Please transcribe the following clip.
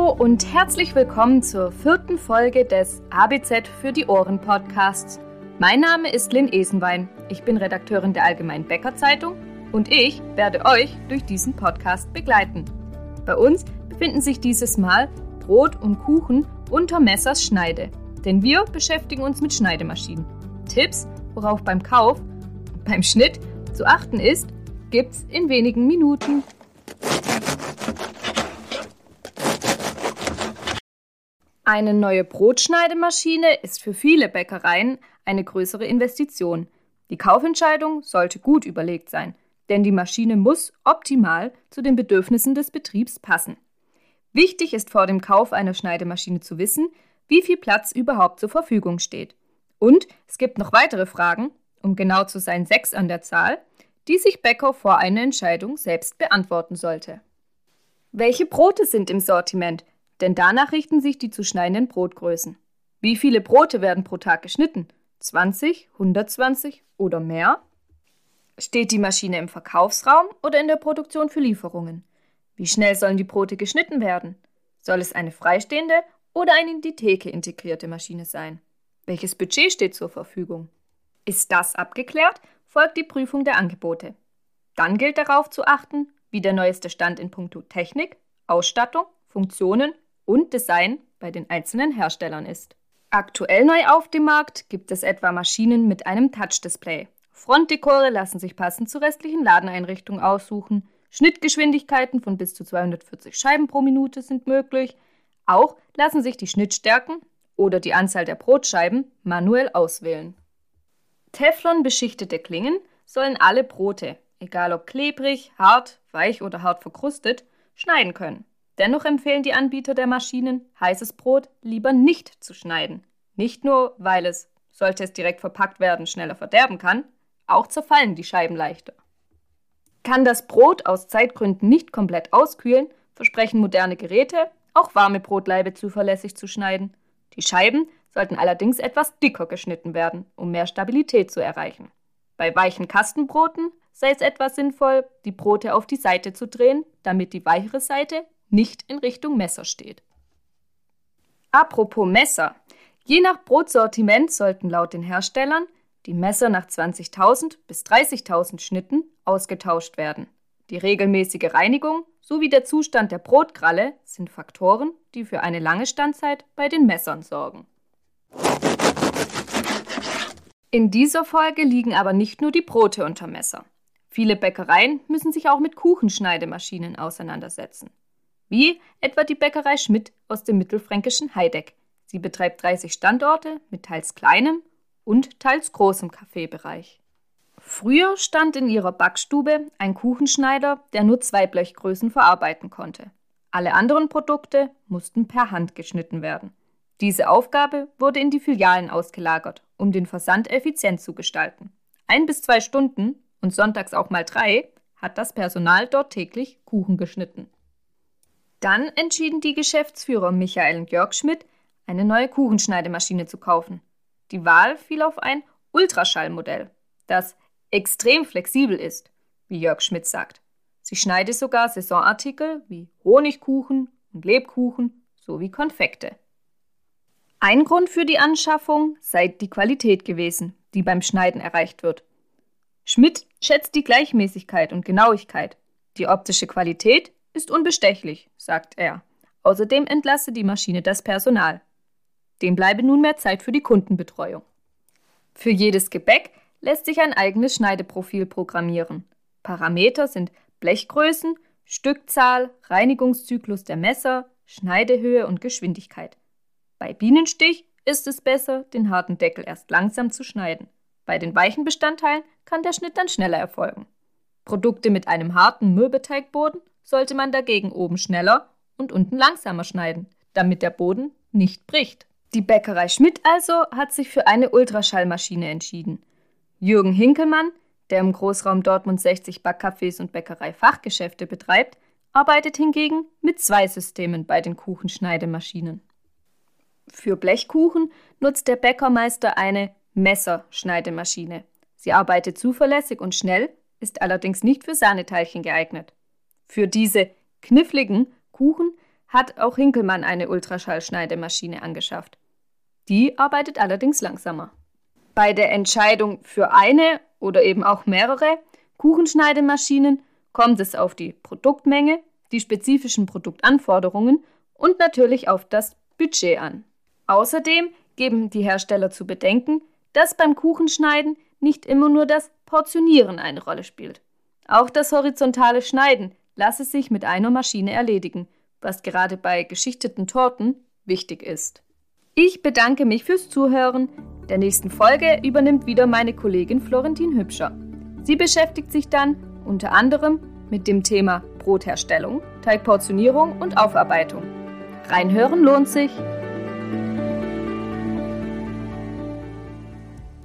Hallo und herzlich willkommen zur 4. Folge des ABZ für die Ohren Podcasts. Mein Name ist Lynn Esenwein, ich bin Redakteurin der Allgemeinen Bäcker-Zeitung und ich werde euch durch diesen Podcast begleiten. Bei uns befinden sich dieses Mal Brot und Kuchen unter Messers Schneide, denn wir beschäftigen uns mit Schneidemaschinen. Tipps, worauf beim Kauf und beim Schnitt zu achten ist, gibt's in wenigen Minuten. Eine neue Brotschneidemaschine ist für viele Bäckereien eine größere Investition. Die Kaufentscheidung sollte gut überlegt sein, denn die Maschine muss optimal zu den Bedürfnissen des Betriebs passen. Wichtig ist vor dem Kauf einer Schneidemaschine zu wissen, wie viel Platz überhaupt zur Verfügung steht. Und es gibt noch weitere Fragen, um genau zu sein 6 an der Zahl, die sich Bäcker vor einer Entscheidung selbst beantworten sollte. Welche Brote sind im Sortiment? Denn danach richten sich die zu schneidenden Brotgrößen. Wie viele Brote werden pro Tag geschnitten? 20, 120 oder mehr? Steht die Maschine im Verkaufsraum oder in der Produktion für Lieferungen? Wie schnell sollen die Brote geschnitten werden? Soll es eine freistehende oder eine in die Theke integrierte Maschine sein? Welches Budget steht zur Verfügung? Ist das abgeklärt, folgt die Prüfung der Angebote. Dann gilt darauf zu achten, wie der neueste Stand in puncto Technik, Ausstattung, Funktionen und Design bei den einzelnen Herstellern ist. Aktuell neu auf dem Markt gibt es etwa Maschinen mit einem Touch-Display. Frontdekore lassen sich passend zur restlichen Ladeneinrichtung aussuchen. Schnittgeschwindigkeiten von bis zu 240 Scheiben pro Minute sind möglich. Auch lassen sich die Schnittstärken oder die Anzahl der Brotscheiben manuell auswählen. Teflon-beschichtete Klingen sollen alle Brote, egal ob klebrig, hart, weich oder hart verkrustet, schneiden können. Dennoch empfehlen die Anbieter der Maschinen, heißes Brot lieber nicht zu schneiden. Nicht nur, weil es, sollte es direkt verpackt werden, schneller verderben kann, auch zerfallen die Scheiben leichter. Kann das Brot aus Zeitgründen nicht komplett auskühlen, versprechen moderne Geräte, auch warme Brotlaibe zuverlässig zu schneiden. Die Scheiben sollten allerdings etwas dicker geschnitten werden, um mehr Stabilität zu erreichen. Bei weichen Kastenbroten sei es etwas sinnvoll, die Brote auf die Seite zu drehen, damit die weichere Seite nicht in Richtung Messer steht. Apropos Messer. Je nach Brotsortiment sollten laut den Herstellern die Messer nach 20.000 bis 30.000 Schnitten ausgetauscht werden. Die regelmäßige Reinigung sowie der Zustand der Brotkralle sind Faktoren, die für eine lange Standzeit bei den Messern sorgen. In dieser Folge liegen aber nicht nur die Brote unter Messer. Viele Bäckereien müssen sich auch mit Kuchenschneidemaschinen auseinandersetzen. Wie etwa die Bäckerei Schmidt aus dem mittelfränkischen Heideck. Sie betreibt 30 Standorte mit teils kleinem und teils großem Kaffeebereich. Früher stand in ihrer Backstube ein Kuchenschneider, der nur 2 Blechgrößen verarbeiten konnte. Alle anderen Produkte mussten per Hand geschnitten werden. Diese Aufgabe wurde in die Filialen ausgelagert, um den Versand effizient zu gestalten. 1 bis 2 Stunden und sonntags auch mal 3 hat das Personal dort täglich Kuchen geschnitten. Dann entschieden die Geschäftsführer Michael und Jörg Schmidt, eine neue Kuchenschneidemaschine zu kaufen. Die Wahl fiel auf ein Ultraschallmodell, das extrem flexibel ist, wie Jörg Schmidt sagt. Sie schneide sogar Saisonartikel wie Honigkuchen und Lebkuchen sowie Konfekte. Ein Grund für die Anschaffung sei die Qualität gewesen, die beim Schneiden erreicht wird. Schmidt schätzt die Gleichmäßigkeit und Genauigkeit. Die optische Qualität ist unbestechlich, sagt er. Außerdem entlasse die Maschine das Personal. Dem bleibe nunmehr Zeit für die Kundenbetreuung. Für jedes Gebäck lässt sich ein eigenes Schneideprofil programmieren. Parameter sind Blechgrößen, Stückzahl, Reinigungszyklus der Messer, Schneidehöhe und Geschwindigkeit. Bei Bienenstich ist es besser, den harten Deckel erst langsam zu schneiden. Bei den weichen Bestandteilen kann der Schnitt dann schneller erfolgen. Produkte mit einem harten Mürbeteigboden sollte man dagegen oben schneller und unten langsamer schneiden, damit der Boden nicht bricht. Die Bäckerei Schmidt also hat sich für eine Ultraschallmaschine entschieden. Jürgen Hinkelmann, der im Großraum Dortmund 60 Backcafés und Bäckerei-Fachgeschäfte betreibt, arbeitet hingegen mit 2 Systemen bei den Kuchenschneidemaschinen. Für Blechkuchen nutzt der Bäckermeister eine Messerschneidemaschine. Sie arbeitet zuverlässig und schnell, ist allerdings nicht für Sahneteilchen geeignet. Für diese kniffligen Kuchen hat auch Hinkelmann eine Ultraschallschneidemaschine angeschafft. Die arbeitet allerdings langsamer. Bei der Entscheidung für eine oder eben auch mehrere Kuchenschneidemaschinen kommt es auf die Produktmenge, die spezifischen Produktanforderungen und natürlich auf das Budget an. Außerdem geben die Hersteller zu bedenken, dass beim Kuchenschneiden nicht immer nur das Portionieren eine Rolle spielt. Auch das horizontale Schneiden lasse sich mit einer Maschine erledigen, was gerade bei geschichteten Torten wichtig ist. Ich bedanke mich fürs Zuhören. Der nächsten Folge übernimmt wieder meine Kollegin Florentin Hübscher. Sie beschäftigt sich dann unter anderem mit dem Thema Brotherstellung, Teigportionierung und Aufarbeitung. Reinhören lohnt sich!